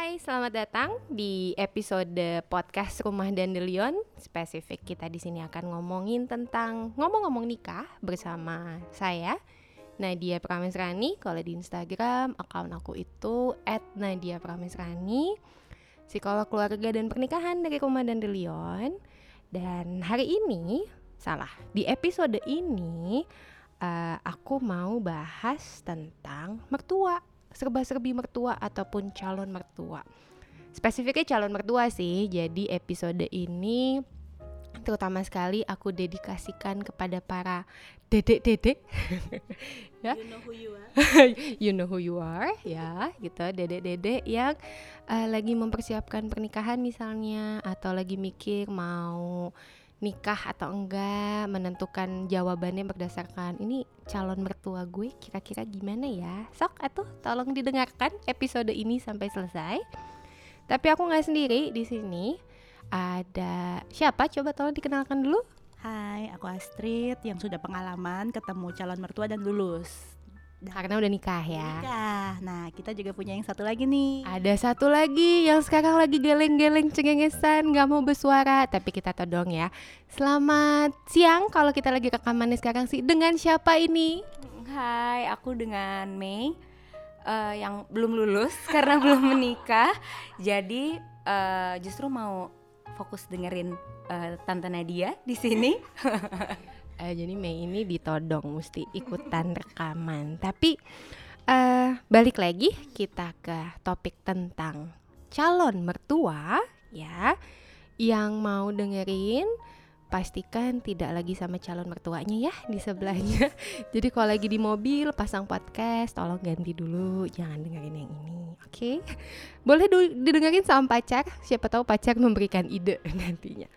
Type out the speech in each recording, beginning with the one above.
Hai, selamat datang di episode podcast Rumah Dandelion. Spesifik kita di sini akan ngomongin tentang ngomong-ngomong nikah bersama saya, Nadia Pramesrani. Kalau di Instagram, akun aku itu @nadiapramesrani, psikolog keluarga dan pernikahan dari Rumah Dandelion. Dan hari ini, di episode ini aku mau bahas tentang mertua, serba-serbi mertua ataupun calon mertua. Spesifiknya calon mertua sih. Jadi episode ini terutama sekali aku dedikasikan kepada para dedek-dedek. Ya. You know who you are. You know who you are, ya, gitu. Dedek-dedek yang lagi mempersiapkan pernikahan misalnya, atau lagi mikir mau nikah atau enggak, menentukan jawabannya berdasarkan ini calon mertua gue kira-kira gimana ya. Sok atuh tolong didengarkan episode ini sampai selesai. Tapi aku nggak sendiri di sini. Ada siapa? Coba tolong dikenalkan dulu. Hai, aku Astrid yang sudah pengalaman ketemu calon mertua dan lulus. Karena udah nikah ya. Nikah. Nah, kita juga punya yang satu lagi nih. Ada satu lagi yang sekarang lagi geleng-geleng cengengesan, gak mau bersuara. Tapi kita todong ya. Selamat siang kalau kita lagi rekamannya sekarang sih. Dengan siapa ini? Hai, aku dengan Mei yang belum lulus karena belum menikah. Jadi justru mau fokus dengerin Tante Nadia di sini. Jadi Mei ini ditodong mesti ikutan rekaman. Tapi balik lagi kita ke topik tentang calon mertua ya. Yang mau dengerin pastikan tidak lagi sama calon mertuanya ya di sebelahnya. Jadi kalau lagi di mobil pasang podcast tolong ganti dulu, jangan dengerin yang ini. Oke? Boleh didengerin sama pacar, siapa tahu pacar memberikan ide nantinya.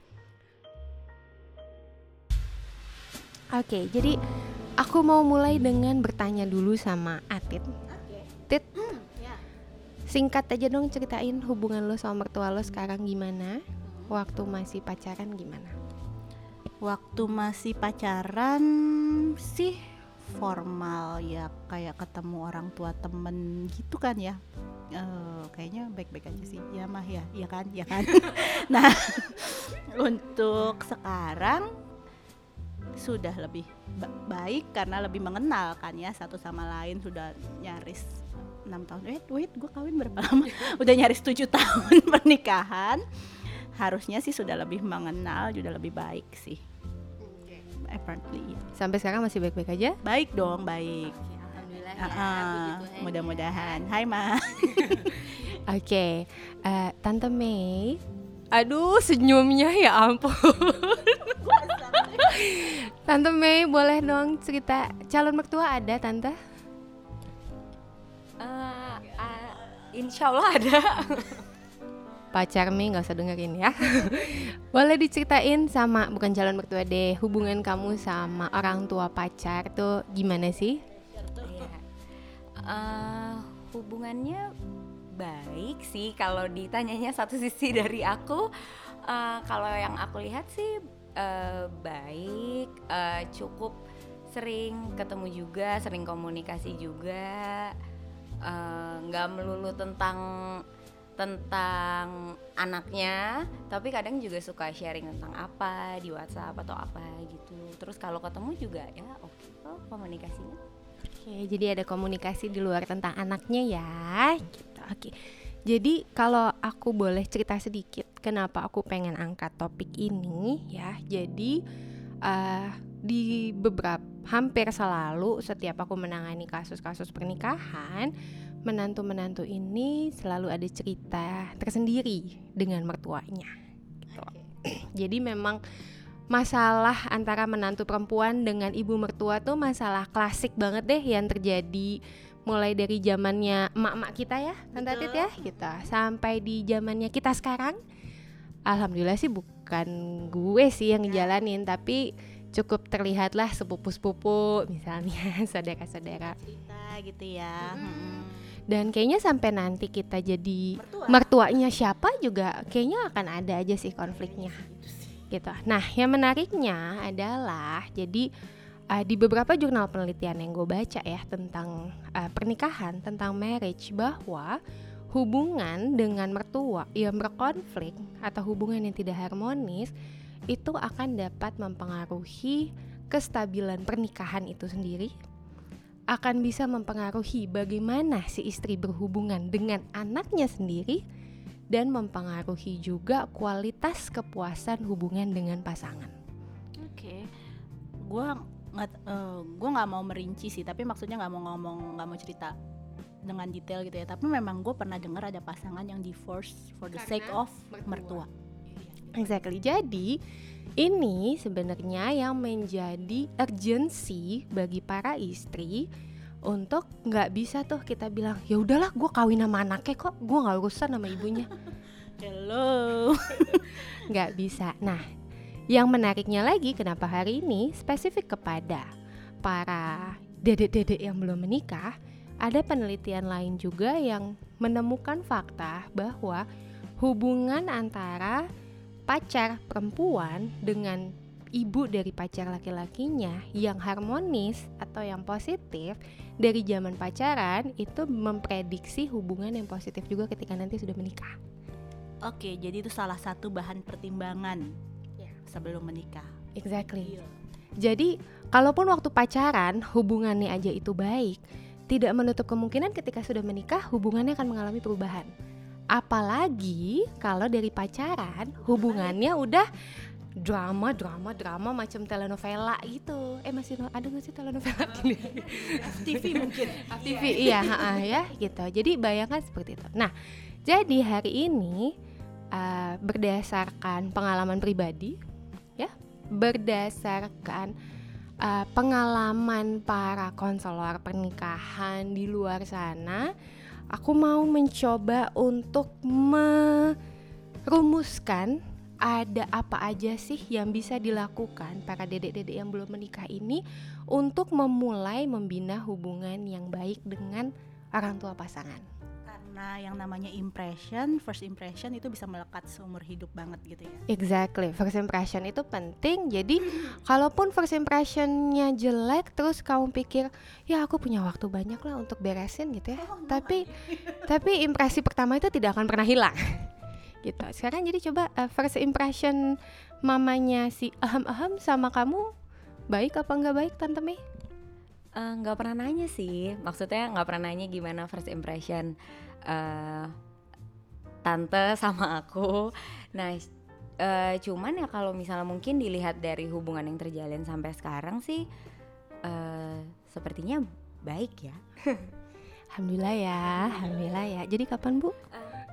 Oke, jadi aku mau mulai dengan bertanya dulu sama Atit. Tit, singkat aja dong ceritain hubungan lo sama mertua lo sekarang gimana? Waktu masih pacaran gimana? Waktu masih pacaran sih formal ya, kayak ketemu orang tua temen gitu kan ya. Kayaknya baik-baik aja sih. Ya mah ya, iya kan? Nah, untuk sekarang sudah lebih baik karena lebih mengenal kan ya satu sama lain. Sudah nyaris 6 tahun. Wait, gue kawin berapa lama? Udah nyaris 7 tahun pernikahan. Harusnya sih sudah lebih mengenal, sudah lebih baik sih. Apparently. Sampai sekarang masih baik-baik aja? Baik dong, baik. Alhamdulillah ya. Mudah-mudahan. Hai Ma. Oke, Tante Mei. Aduh, senyumnya ya ampun. Tante Mei boleh dong cerita calon mertua ada Tante? Insya Allah ada. Pacar Mei nggak usah dengerin ya. Boleh diceritain sama, bukan calon mertua deh, hubungan kamu sama orang tua pacar tuh gimana sih? Hubungannya baik sih kalau ditanyanya satu sisi dari aku. Kalau yang aku lihat sih baik, cukup sering ketemu juga, sering komunikasi juga, nggak melulu tentang anaknya, tapi kadang juga suka sharing tentang apa di WhatsApp atau apa gitu. Terus kalau ketemu juga ya oke kok komunikasinya. Oke, jadi ada komunikasi di luar tentang anaknya ya gitu. Oke. Jadi kalau aku boleh cerita sedikit kenapa aku pengen angkat topik ini ya. Jadi di hampir selalu setiap aku menangani kasus-kasus pernikahan, menantu-menantu ini selalu ada cerita tersendiri dengan mertuanya gitu. Jadi memang masalah antara menantu perempuan dengan ibu mertua tuh masalah klasik banget deh yang terjadi mulai dari zamannya emak-emak kita ya, Tante Atit ya, gitu, sampai di zamannya kita sekarang. Alhamdulillah sih bukan gue sih yang ngejalanin, tapi cukup terlihatlah sepupu-sepupu misalnya, saudara-saudara Cerita gitu ya. Dan kayaknya sampai nanti kita jadi mertuanya siapa juga kayaknya akan ada aja sih konfliknya gitu. Nah, yang menariknya adalah jadi di beberapa jurnal penelitian yang gue baca ya tentang pernikahan, tentang marriage, bahwa hubungan dengan mertua yang berkonflik atau hubungan yang tidak harmonis itu akan dapat mempengaruhi kestabilan pernikahan itu sendiri, akan bisa mempengaruhi bagaimana si istri berhubungan dengan anaknya sendiri, dan mempengaruhi juga kualitas kepuasan hubungan dengan pasangan. Oke. Gua nggak mau merinci sih, tapi maksudnya nggak mau cerita dengan detail gitu ya. Tapi memang gue pernah dengar ada pasangan yang divorce for the sake of mertua. Exactly. Jadi ini sebenarnya yang menjadi urgency bagi para istri untuk nggak bisa tuh kita bilang ya udahlah gue kawin sama anaknya kok, gue nggak urusan sama ibunya. Hello. Nggak bisa. Nah, yang menariknya lagi kenapa hari ini spesifik kepada para dedek-dedek yang belum menikah, ada penelitian lain juga yang menemukan fakta bahwa hubungan antara pacar perempuan dengan ibu dari pacar laki-lakinya yang harmonis atau yang positif dari zaman pacaran itu memprediksi hubungan yang positif juga ketika nanti sudah menikah. Oke, jadi itu salah satu bahan pertimbangan sebelum menikah. Exactly. Jadi kalaupun waktu pacaran hubungannya aja itu baik, tidak menutup kemungkinan ketika sudah menikah hubungannya akan mengalami perubahan. Apalagi kalau dari pacaran hubungannya udah drama macam telenovela gitu. Masih ada nggak sih telenovela gini? FTV mungkin. FTV iya, ya gitu. Jadi bayangkan seperti itu. Nah, jadi hari ini berdasarkan pengalaman pribadi, ya, berdasarkan pengalaman para konselor pernikahan di luar sana, aku mau mencoba untuk merumuskan ada apa aja sih yang bisa dilakukan para dedek-dedek yang belum menikah ini untuk memulai membina hubungan yang baik dengan orang tua pasangan. Karena yang namanya first impression itu bisa melekat seumur hidup banget gitu ya. Exactly, first impression itu penting. Jadi kalaupun first impressionnya jelek, terus kamu pikir ya aku punya waktu banyak lah untuk beresin gitu ya, tapi impresi pertama itu tidak akan pernah hilang. Gitu. Sekarang jadi coba first impression mamanya si Aham sama kamu baik apa nggak baik, Tante Mei? Nggak pernah nanya sih, maksudnya nggak pernah nanya gimana first impression tante sama aku. Nah, cuman ya kalau misalnya mungkin dilihat dari hubungan yang terjalin sampai sekarang sih, sepertinya baik ya. Alhamdulillah ya. Jadi kapan Bu?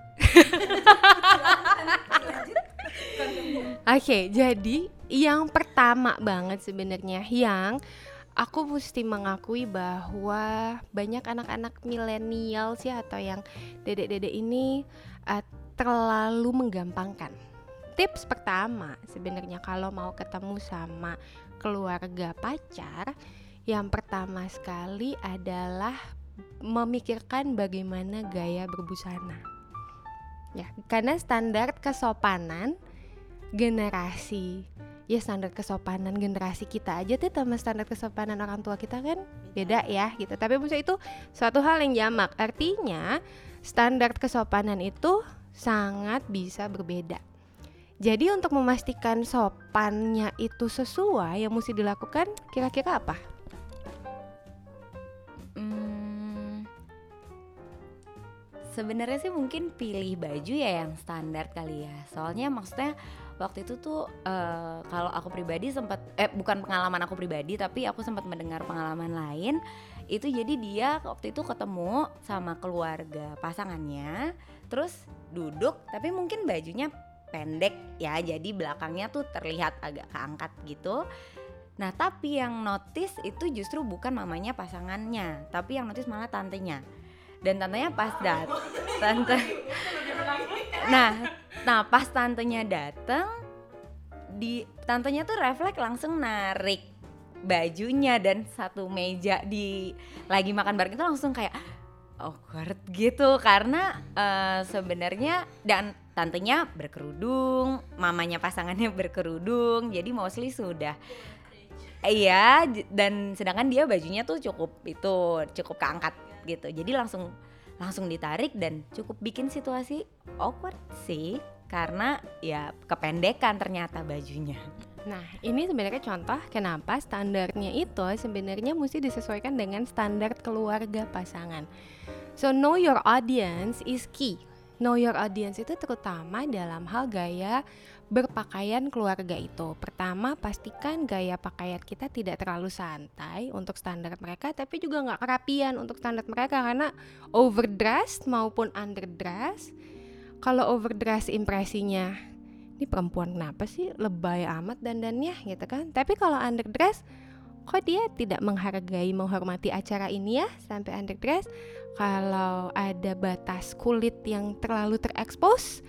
Oke, jadi yang pertama banget sebenarnya yang aku mesti mengakui bahwa banyak anak-anak milenial sih atau yang dedek-dedek ini terlalu menggampangkan. Tips pertama sebenarnya kalau mau ketemu sama keluarga pacar, yang pertama sekali adalah memikirkan bagaimana gaya berbusana. Ya, karena standar kesopanan generasi kita aja tuh sama standar kesopanan orang tua kita kan beda ya gitu. Tapi maksudnya itu suatu hal yang jamak. Artinya standar kesopanan itu sangat bisa berbeda. Jadi untuk memastikan sopannya itu sesuai, yang mesti dilakukan kira-kira apa? Sebenarnya sih mungkin pilih baju ya yang standar kali ya. Soalnya maksudnya waktu itu tuh kalau aku pribadi sempat bukan pengalaman aku pribadi, tapi aku sempat mendengar pengalaman lain. Itu jadi dia waktu itu ketemu sama keluarga pasangannya, terus duduk tapi mungkin bajunya pendek ya, jadi belakangnya tuh terlihat agak keangkat gitu. Nah tapi yang notice itu justru bukan mamanya pasangannya, tapi yang notice malah tantenya. Dan tantenya pas Nah pas tantenya datang, tantenya tuh refleks langsung narik bajunya, dan satu meja lagi makan bareng itu langsung kayak awkward gitu, karena sebenarnya dan tantenya berkerudung, mamanya pasangannya berkerudung, jadi mostly sudah dan sedangkan dia bajunya tuh cukup keangkat gitu, jadi langsung langsung ditarik dan cukup bikin situasi awkward sih, karena ya kependekan ternyata bajunya. Nah, ini sebenarnya contoh kenapa standarnya itu sebenarnya mesti disesuaikan dengan standar keluarga pasangan. So, know your audience is key. Know your audience itu terutama dalam hal gaya berpakaian keluarga itu. Pertama, pastikan gaya pakaian kita tidak terlalu santai untuk standar mereka, tapi juga nggak kerapian untuk standar mereka, karena overdressed maupun underdressed. Kalau overdressed impresinya, ini perempuan kenapa sih lebay amat dandannya gitu kan. Tapi kalau underdress, kok dia tidak menghormati acara ini ya sampai underdress. Kalau ada batas kulit yang terlalu terekspos,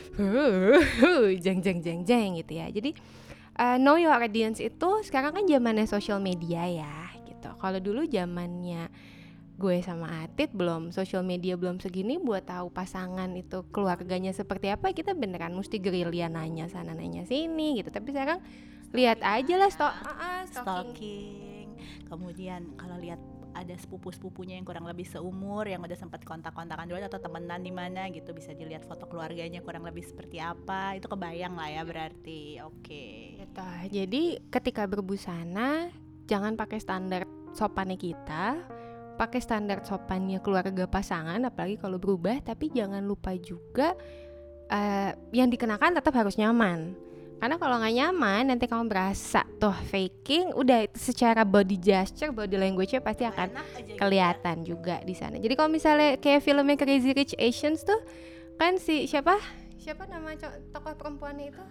jeng gitu ya. Jadi know your audience itu sekarang kan zamannya social media ya gitu. Kalau dulu zamannya gue sama Atit belum, social media belum segini, buat tahu pasangan itu keluarganya seperti apa kita beneran mesti gerilya nanya sana nanya sini gitu. Tapi sekarang lihat aja lah stalking. Kemudian kalau lihat ada sepupu-sepupunya yang kurang lebih seumur yang udah sempat kontak-kontakan dulu atau temenan di mana gitu, bisa dilihat foto keluarganya kurang lebih seperti apa, itu kebayang lah ya berarti. Oke. Gitu. Jadi ketika berbusana jangan pakai standar sopannya kita, pakai standar sopannya keluarga pasangan, apalagi kalau berubah. Tapi jangan lupa juga yang dikenakan tetap harus nyaman. Karena kalau nggak nyaman nanti kamu berasa tuh faking, udah secara body gesture, body language-nya pasti akan kelihatan juga di sana. Jadi kalau misalnya kayak filmnya Crazy Rich Asians tuh kan si siapa nama tokoh perempuannya itu?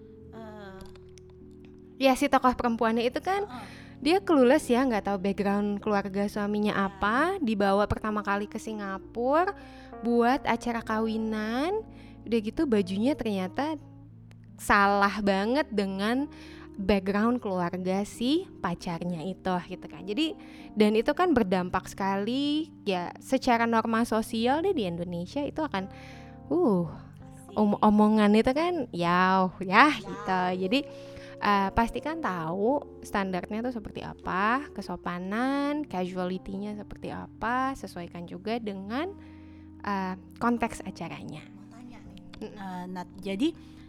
Ya si tokoh perempuannya itu kan dia clueless ya, nggak tahu background keluarga suaminya apa, dibawa pertama kali ke Singapura buat acara kawinan, udah gitu bajunya ternyata salah banget dengan background keluarga si pacarnya itu gitu kan. Jadi dan itu kan berdampak sekali ya secara norma sosial deh di Indonesia, itu akan omongan itu kan ya gitu. Jadi pastikan tahu standarnya tuh seperti apa, kesopanan, casuality-nya seperti apa, sesuaikan juga dengan konteks acaranya. Nat, jadi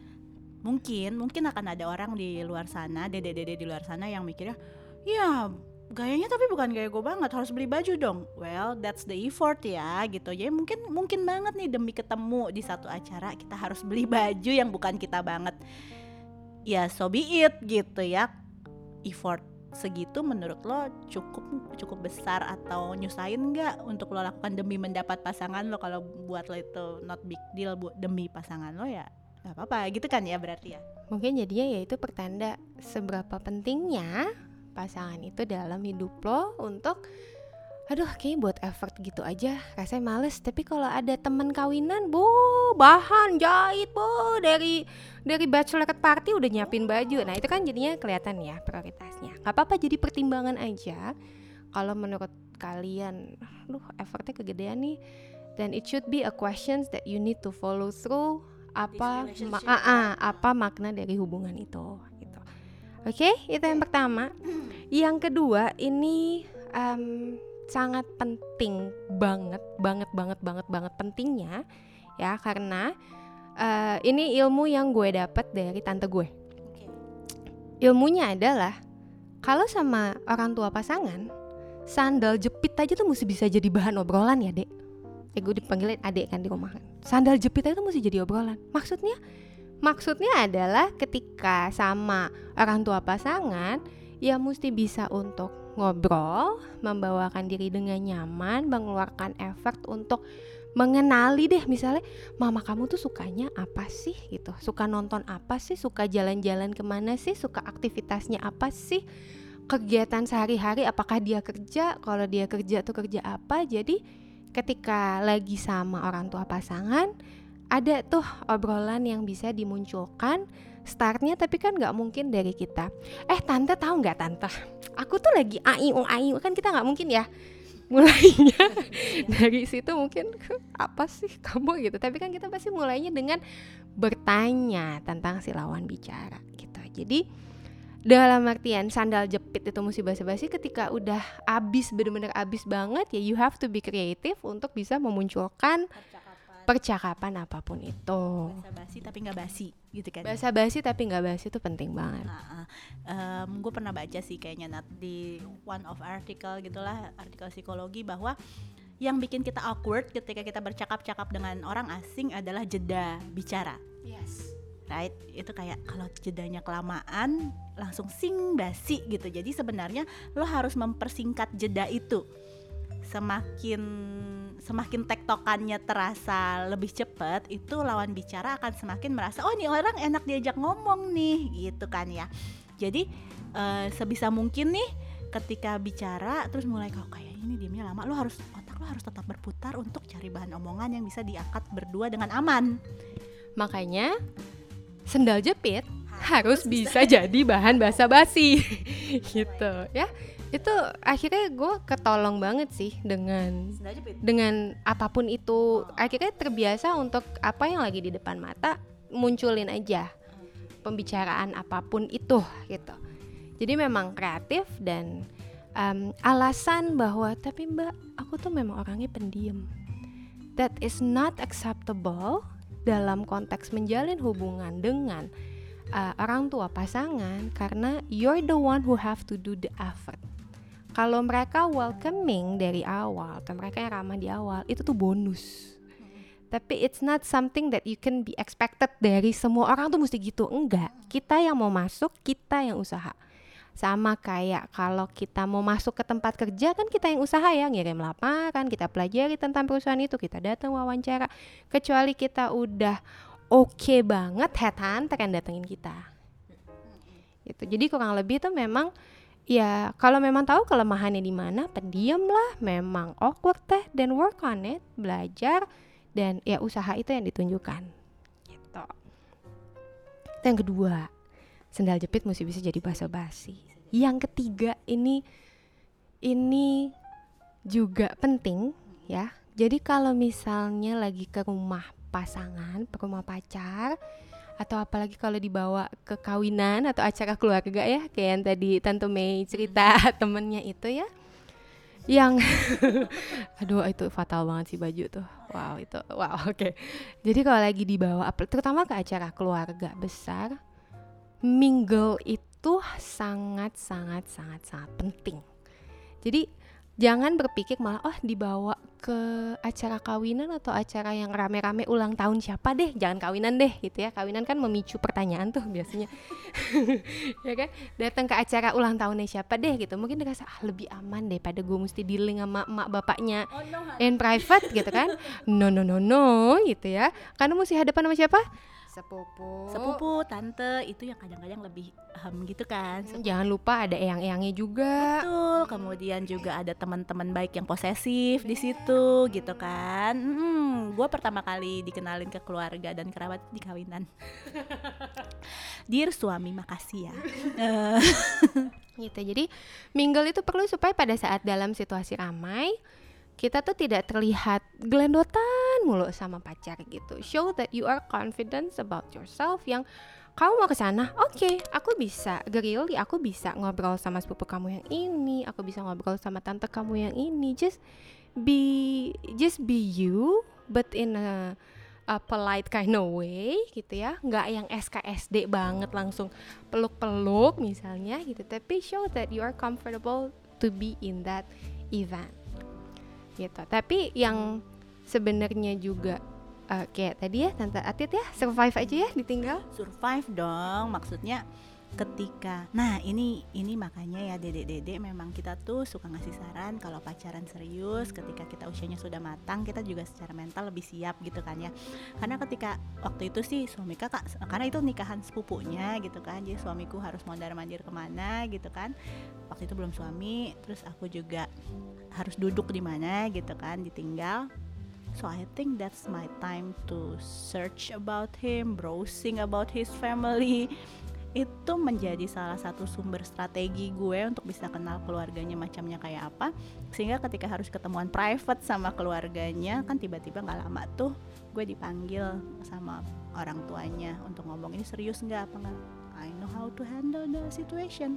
mungkin akan ada orang di luar sana, dede-dede di luar sana yang mikirnya, ya gayanya tapi bukan gaya gue banget, harus beli baju dong. Well, that's the effort ya gitu. Jadi mungkin banget nih demi ketemu di satu acara kita harus beli baju yang bukan kita banget. Ya so be it gitu ya. Effort segitu menurut lo cukup besar atau nyusahin nggak untuk lo lakukan demi mendapat pasangan lo? Kalau buat lo itu not big deal demi pasangan lo ya nggak apa-apa gitu kan ya berarti ya. Mungkin jadinya ya itu pertanda seberapa pentingnya pasangan itu dalam hidup lo untuk kayaknya buat effort gitu aja rasanya males. Tapi kalau ada temen kawinan, bahan jahit dari bachelorette party udah nyiapin baju. Nah itu kan jadinya kelihatan ya prioritasnya. Gak apa-apa jadi pertimbangan aja. Kalau menurut kalian effortnya kegedean nih, then it should be a questions that you need to follow through. Apa makna dari hubungan itu gitu. Oke, itu yang pertama. Yang kedua ini sangat penting banget pentingnya ya, karena ini ilmu yang gue dapat dari tante gue. Ilmunya adalah kalau sama orang tua pasangan, sandal jepit aja tuh mesti bisa jadi bahan obrolan ya, Dek. Gue dipanggilin adek kan di rumah kan. Sandal jepit itu mesti jadi obrolan. Maksudnya adalah ketika sama orang tua pasangan ya mesti bisa untuk ngobrol, membawakan diri dengan nyaman, mengeluarkan effort untuk mengenali deh, misalnya mama kamu tuh sukanya apa sih gitu, suka nonton apa sih, suka jalan-jalan kemana sih, suka aktivitasnya apa sih, kegiatan sehari-hari apakah dia kerja, kalau dia kerja tuh kerja apa. Jadi ketika lagi sama orang tua pasangan ada tuh obrolan yang bisa dimunculkan startnya, tapi kan nggak mungkin dari kita. Tante tahu nggak tante? Aku tuh lagi aiu kan kita nggak mungkin ya mulainya dari situ mungkin apa sih kamu gitu. Tapi kan kita pasti mulainya dengan bertanya tentang si lawan bicara gitu. Jadi dalam artian sandal jepit itu mesti basa-basi ketika udah bener-bener abis banget ya, you have to be creative untuk bisa memunculkan percakapan apapun itu. Basa-basi tapi nggak basi gitu kan. Basa-basi tapi nggak basi itu penting banget. Gue pernah baca sih kayaknya Nat, di one of article gitulah, artikel psikologi, bahwa yang bikin kita awkward ketika kita bercakap-cakap dengan orang asing adalah jeda bicara. Yes. Right, itu kayak kalau jedanya kelamaan langsung sing basi gitu. Jadi sebenarnya lo harus mempersingkat jeda itu. Semakin tektokannya terasa lebih cepat, itu lawan bicara akan semakin merasa oh ini orang enak diajak ngomong nih gitu kan ya. Jadi sebisa mungkin nih ketika bicara terus mulai kok kayak ini diemnya lama, otak lo harus tetap berputar untuk cari bahan omongan yang bisa diangkat berdua dengan aman. Makanya sendal jepit harus bisa jadi bahan basa-basi gitu ya. Itu akhirnya gue ketolong banget sih dengan apapun itu. Akhirnya terbiasa untuk apa yang lagi di depan mata munculin aja pembicaraan apapun itu gitu. Jadi memang kreatif dan alasan bahwa tapi mbak aku tuh memang orangnya pendiam, that is not acceptable dalam konteks menjalin hubungan dengan orang tua pasangan, karena you're the one who have to do the effort. Kalau mereka welcoming dari awal atau mereka yang ramah di awal, itu tuh bonus. Tapi it's not something that you can be expected dari semua orang tuh mesti gitu. Enggak, kita yang mau masuk, kita yang usaha. Sama kayak kalau kita mau masuk ke tempat kerja kan kita yang usaha ya, ngirim lamaran, kita pelajari tentang perusahaan itu, kita datang wawancara. Kecuali kita udah oke banget, headhunter yang datengin kita gitu. Jadi kurang lebih itu memang ya kalau memang tahu kelemahannya di mana, pendiam lah, memang awkward teh, dan work on it, belajar, dan ya usaha itu yang ditunjukkan gitu. Itu yang kedua, sendal jepit mesti bisa jadi basa-basi. Yang ketiga ini juga penting ya. Jadi kalau misalnya lagi ke rumah pasangan, ke rumah pacar, atau apalagi kalau dibawa ke kawinan atau acara keluarga ya, kayak yang tadi Tante Mei cerita temennya itu ya, yang aduh itu fatal banget sih baju tuh. Oke. Jadi kalau lagi dibawa terutama ke acara keluarga besar, mingle itu sangat penting. Jadi jangan berpikir malah dibawa ke acara kawinan atau acara yang rame-rame ulang tahun siapa deh, jangan kawinan deh gitu ya. Kawinan kan memicu pertanyaan tuh biasanya. Ya kan? Datang ke acara ulang tahunnya siapa deh gitu. Mungkin dirasa lebih aman deh pada gue mesti dealing sama emak bapaknya in private gitu kan. No gitu ya. Karena mesti hadapan sama siapa? Sepupu, tante, itu yang kadang-kadang lebih gitu kan. Jangan lupa ada eyang-eyangnya juga. Betul, kemudian juga ada teman-teman baik yang posesif di situ gitu kan. Gue pertama kali dikenalin ke keluarga dan kerabat di kawinan. Dear suami, makasih ya. Gitu. Jadi mingle itu perlu supaya pada saat dalam situasi ramai kita tuh tidak terlihat gelendotan mulu sama pacar gitu. Show that you are confident about yourself, yang kamu mau kesana, oke, aku bisa gerili, aku bisa ngobrol sama sepupu kamu yang ini, aku bisa ngobrol sama tante kamu yang ini. Just be you, but in a polite kind of way gitu ya. Nggak yang SKSD banget langsung peluk-peluk misalnya gitu. Tapi show that you are comfortable to be in that event gitu. Tapi yang sebenarnya juga kayak tadi ya Tante Atit ya, survive aja ya, ditinggal. Survive dong, maksudnya ketika, nah ini makanya ya dedek-dedek memang kita tuh suka ngasih saran kalau pacaran serius, ketika kita usianya sudah matang, kita juga secara mental lebih siap gitu kan ya. Karena ketika waktu itu sih suami kakak, karena itu nikahan sepupunya gitu kan, jadi suamiku harus mondar-mandir kemana gitu kan. Waktu itu belum suami, terus aku juga harus duduk di mana gitu kan, ditinggal. So I think that's my time to search about him, browsing about his family. Itu menjadi salah satu sumber strategi gue untuk bisa kenal keluarganya macamnya kayak apa, sehingga ketika harus ketemuan private sama keluarganya kan tiba-tiba gak lama tuh gue dipanggil sama orang tuanya untuk ngomong ini serius gak apa I know how to handle the situation.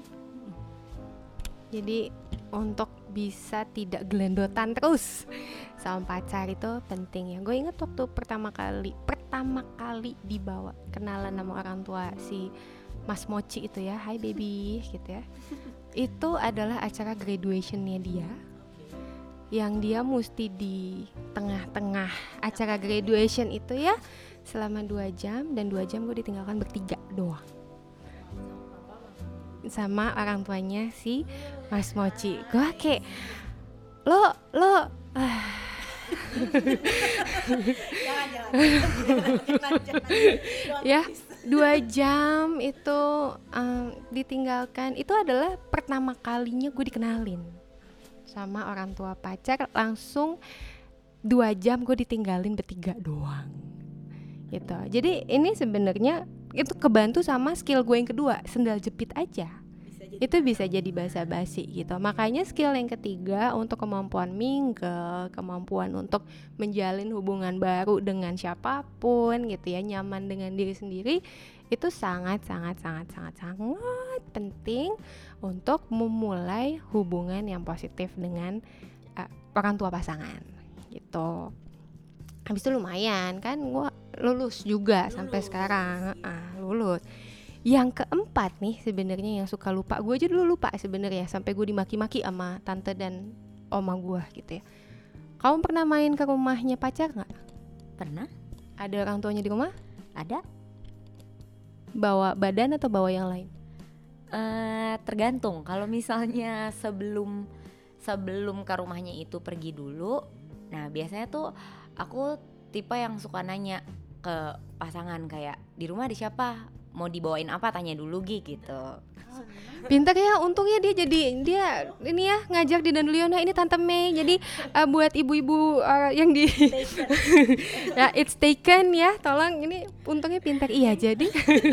Jadi untuk bisa tidak gelendotan terus sama pacar itu penting ya. Gue inget waktu pertama kali dibawa kenalan sama orang tua si Mas Mochi itu ya, hi baby gitu ya. Itu adalah acara graduationnya dia, yang dia mesti di tengah-tengah acara graduation itu ya selama 2 jam, dan 2 jam gue ditinggalkan bertiga doang sama orang tuanya si Mas Mochi. Gue kayak lo ya 2 jam itu ditinggalkan. Itu adalah pertama kalinya gue dikenalin sama orang tua pacar, langsung 2 jam gue ditinggalin bertiga doang gitu. Jadi ini sebenarnya itu kebantu sama skill gue yang kedua, sendal jepit aja. Itu bisa jadi basa-basi gitu. Makanya skill yang ketiga untuk kemampuan mingle, kemampuan untuk menjalin hubungan baru dengan siapapun gitu ya, nyaman dengan diri sendiri, itu sangat penting untuk memulai hubungan yang positif dengan orang tua pasangan gitu. Habis itu lumayan kan, gue lulus juga sampai sekarang, lulus. Yang keempat nih sebenarnya yang suka lupa, gue aja dulu lupa sebenarnya, sampai gue dimaki-maki sama tante dan oma gue gitu ya. Kamu pernah main ke rumahnya pacar nggak? Pernah. Ada orang tuanya di rumah? Ada. Bawa badan atau bawa yang lain? Tergantung. Kalau misalnya sebelum ke rumahnya itu pergi dulu, nah biasanya tuh aku tipe yang suka nanya ke pasangan kayak, di rumah ada siapa? Mau dibawain apa, tanya dulu gitu. Pintar ya, untungnya dia ini ya ngajak di Danduliona, ini Tante Mei. Jadi buat ibu-ibu yang di ya it's taken ya, tolong, ini untungnya pintar. Iya, jadi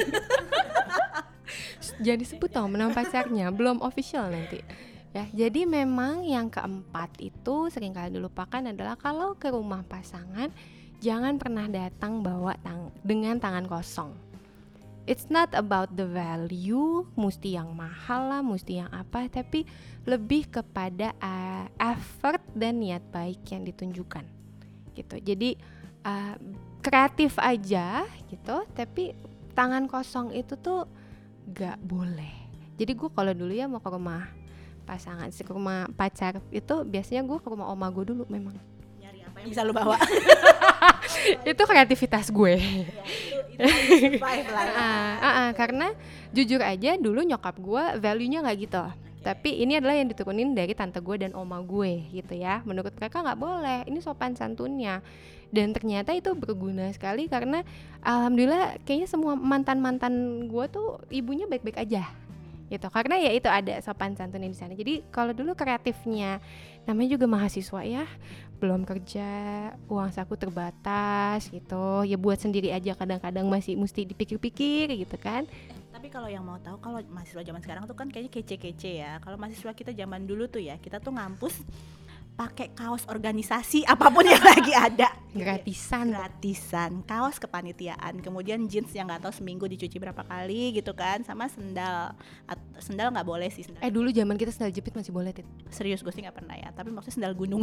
jadi sebut dong nama pacarnya, belum official nanti. Ya, jadi memang yang keempat itu seringkali dilupakan adalah kalau ke rumah pasangan jangan pernah datang bawa dengan tangan kosong. It's not about the value, mesti yang mahal lah, mesti yang apa, tapi lebih kepada effort dan niat baik yang ditunjukkan gitu. Jadi kreatif aja gitu, tapi tangan kosong itu tuh gak boleh. Jadi gue kalau dulu ya mau ke rumah pasangan, ke rumah pacar itu biasanya gue ke rumah oma gue dulu memang. Nyari apa yang bisa lu bawa. Itu kreativitas gue. Itu survive lah. Karena jujur aja dulu nyokap gue value-nya nggak gitu. Tapi ini adalah yang diturunin dari tante gue dan oma gue gitu ya. Menurut mereka nggak boleh, ini sopan santunnya. Dan ternyata itu berguna sekali karena alhamdulillah kayaknya semua mantan gue tuh ibunya baik-baik aja gitu. Karena ya itu ada sopan santunnya di sana. Jadi kalau dulu kreatifnya, namanya juga mahasiswa ya, belum kerja, uang saku terbatas gitu. Ya buat sendiri aja kadang-kadang masih mesti dipikir-pikir gitu kan. Tapi kalau yang mau tahu, kalau mahasiswa zaman sekarang tuh kan kayaknya kece-kece ya. Kalau mahasiswa kita zaman dulu tuh ya, kita tuh ngampus pakai kaos organisasi apapun yang lagi ada, gratisan kaos kepanitiaan, kemudian jeans yang nggak tahu seminggu dicuci berapa kali gitu kan, sama sendal nggak boleh sih sendal. Dulu zaman kita sendal jepit masih boleh, Tit. Serius gue sih nggak pernah ya, tapi maksudnya sendal gunung.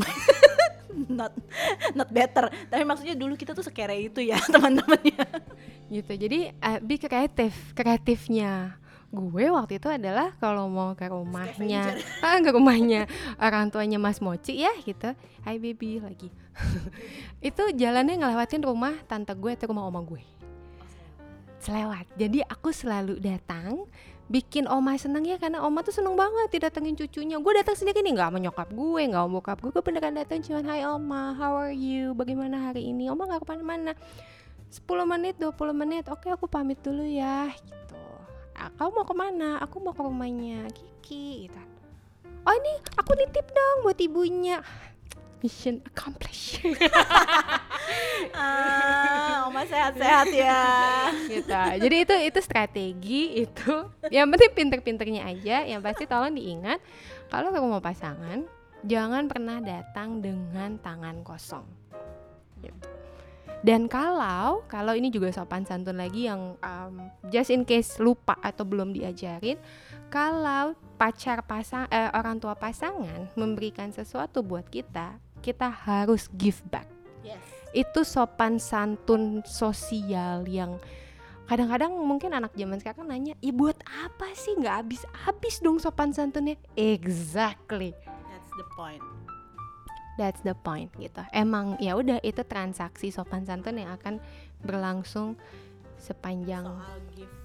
not better, tapi maksudnya dulu kita tuh sekere itu ya teman-temannya gitu. Jadi be kreatifnya gue waktu itu adalah kalau mau ke rumahnya orang tuanya Mas Mochi ya gitu, hi baby lagi. Itu jalannya ngelewatin rumah tante gue atau rumah oma gue, selewat. Jadi aku selalu datang, bikin oma seneng ya, karena oma tuh seneng banget didatengin cucunya. Gue datang sendiri nih, nggak sama nyokap gue, nggak sama bokap gue beneran datang cuman hi oma, how are you, bagaimana hari ini. Oma nggak kemana-mana, 10 menit 20 menit, oke aku pamit dulu ya gitu. Kamu mau kemana? Aku mau ke rumahnya Kiki gitu. Oh ini aku nitip dong buat ibunya. Mission accomplished. Oma sehat-sehat ya gitu. Jadi itu strategi itu. Yang penting pinter-pinternya aja. Yang pasti tolong diingat, kalau ke rumah pasangan jangan pernah datang dengan tangan kosong gitu. Dan kalau ini juga sopan santun lagi yang just in case lupa atau belum diajarin, kalau orang tua pasangan memberikan sesuatu buat kita harus give back. Yes. Itu sopan santun sosial yang kadang-kadang mungkin anak zaman sekarang nanya, "Ih, buat apa sih? Nggak habis-habis dong sopan santunnya." Exactly. That's the point gitu. Emang ya udah, itu transaksi sopan santun yang akan berlangsung sepanjang Soal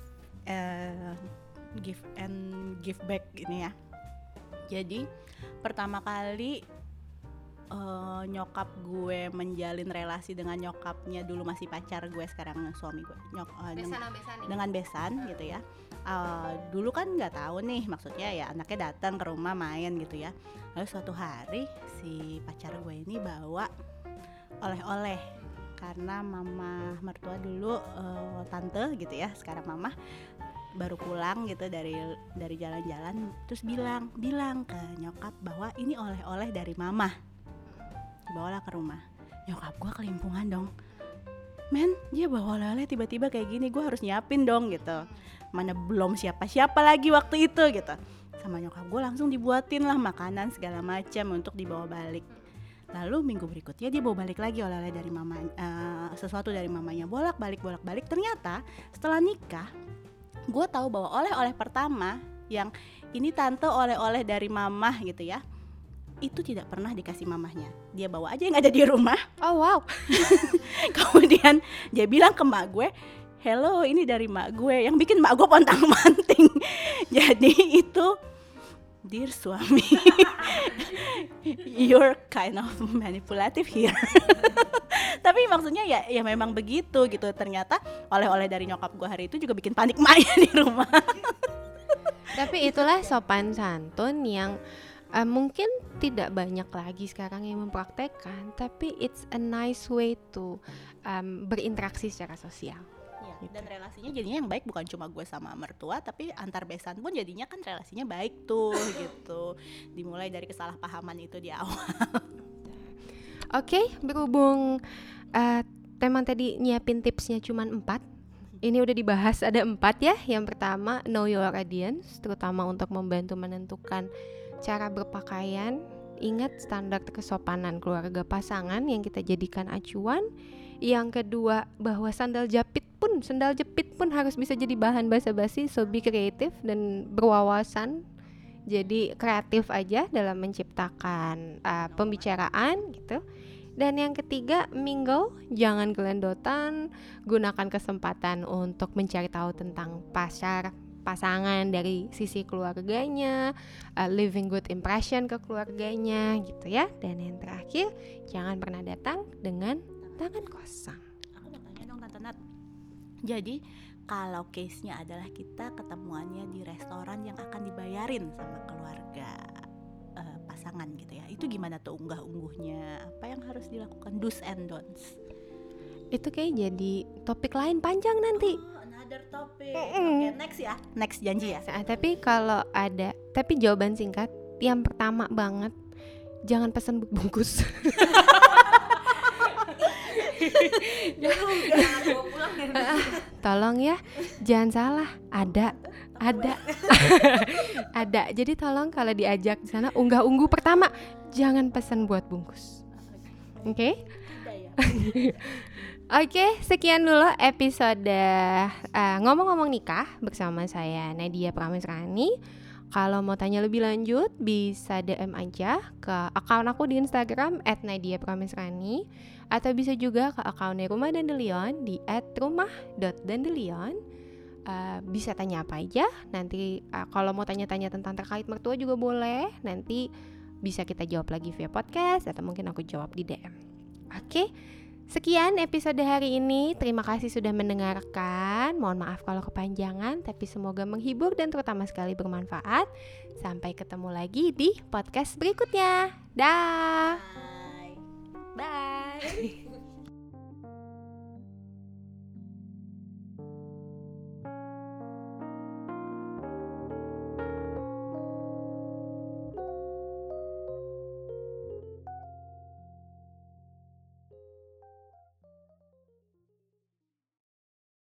give and give back ini ya. Jadi pertama kali nyokap gue menjalin relasi dengan nyokapnya dulu masih pacar gue, sekarang suami gue, dengan besan gitu ya. Dulu kan nggak tahu nih, maksudnya ya anaknya datang ke rumah main gitu ya. Lalu suatu hari si pacar gue ini bawa oleh-oleh, karena mama mertua dulu tante gitu ya, sekarang mama baru pulang gitu dari jalan-jalan, terus bilang ke nyokap bahwa ini oleh-oleh dari mama. Dibawalah ke rumah. Nyokap gue kelimpungan dong. Men, dia bawa oleh-oleh tiba-tiba kayak gini, gue harus nyiapin dong gitu. Mana belum siapa-siapa lagi waktu itu gitu. Sama nyokap gue langsung dibuatin lah makanan segala macam untuk dibawa balik. Lalu minggu berikutnya dia bawa balik lagi oleh-oleh dari mama, sesuatu dari mamanya, bolak-balik. Ternyata setelah nikah, gue tahu bahwa oleh-oleh pertama yang ini tante oleh-oleh dari mama gitu ya, itu tidak pernah dikasih mamahnya. Dia bawa aja yang ada di rumah. Oh wow. Kemudian dia bilang ke mak gue, "Hello, ini dari mak gue," yang bikin mak gue pontang-manting. Jadi itu, dear suami, you're kind of manipulative here. Tapi maksudnya ya memang begitu gitu. Ternyata oleh-oleh dari nyokap gue hari itu juga bikin panik maknya di rumah. Tapi itulah sopan santun yang mungkin tidak banyak lagi sekarang yang mempraktekkan, tapi it's a nice way to berinteraksi secara sosial. Ya, dan relasinya jadinya yang baik, bukan cuma gue sama mertua, tapi antar besan pun jadinya kan relasinya baik tuh gitu. Dimulai dari kesalahpahaman itu di awal. Oke, berhubung teman tadi nyiapin tipsnya cuma 4, ini udah dibahas ada 4 ya. Yang pertama, know your audience, terutama untuk membantu menentukan cara berpakaian. Ingat standar kesopanan keluarga pasangan yang kita jadikan acuan. Yang kedua, bahwa sandal jepit pun harus bisa jadi bahan basa-basi. So be kreatif dan berwawasan. Jadi kreatif aja dalam menciptakan pembicaraan gitu. Dan yang ketiga, mingle, jangan gelendotan. Gunakan kesempatan untuk mencari tahu tentang pasangan dari sisi keluarganya, living good impression ke keluarganya gitu ya. Dan yang terakhir, jangan pernah datang dengan tangan kosong. Aku mau tanya dong Tante Nat. Jadi kalau case-nya adalah kita ketemuannya di restoran yang akan dibayarin sama keluarga pasangan gitu ya, itu gimana tuh unggah-ungguhnya? Apa yang harus dilakukan, do's and don'ts? Itu kayak jadi topik lain panjang nanti. Another topic. Oke, next ya. Next janji ya. Tapi jawaban singkat, yang pertama banget, jangan pesan bungkus. Tolong ya, jangan salah, ada. Ada. Jadi tolong kalau diajak di sana, unggah-ungguh pertama, jangan pesan buat bungkus. Oke? Oke, sekian dulu episode ngomong-ngomong nikah bersama saya Nadia Pramesrani. Kalau mau tanya lebih lanjut bisa DM aja ke akun aku di Instagram @nadiapramesrani, atau bisa juga ke akunnya Rumah Dandelion di @rumah.dandelion. Bisa tanya apa aja. Nanti kalau mau tanya-tanya tentang terkait mertua juga boleh. Nanti bisa kita jawab lagi via podcast atau mungkin aku jawab di DM. Oke. Sekian episode hari ini. Terima kasih sudah mendengarkan. Mohon maaf kalau kepanjangan, tapi semoga menghibur dan terutama sekali bermanfaat. Sampai ketemu lagi di podcast berikutnya. Dah. Bye. Bye.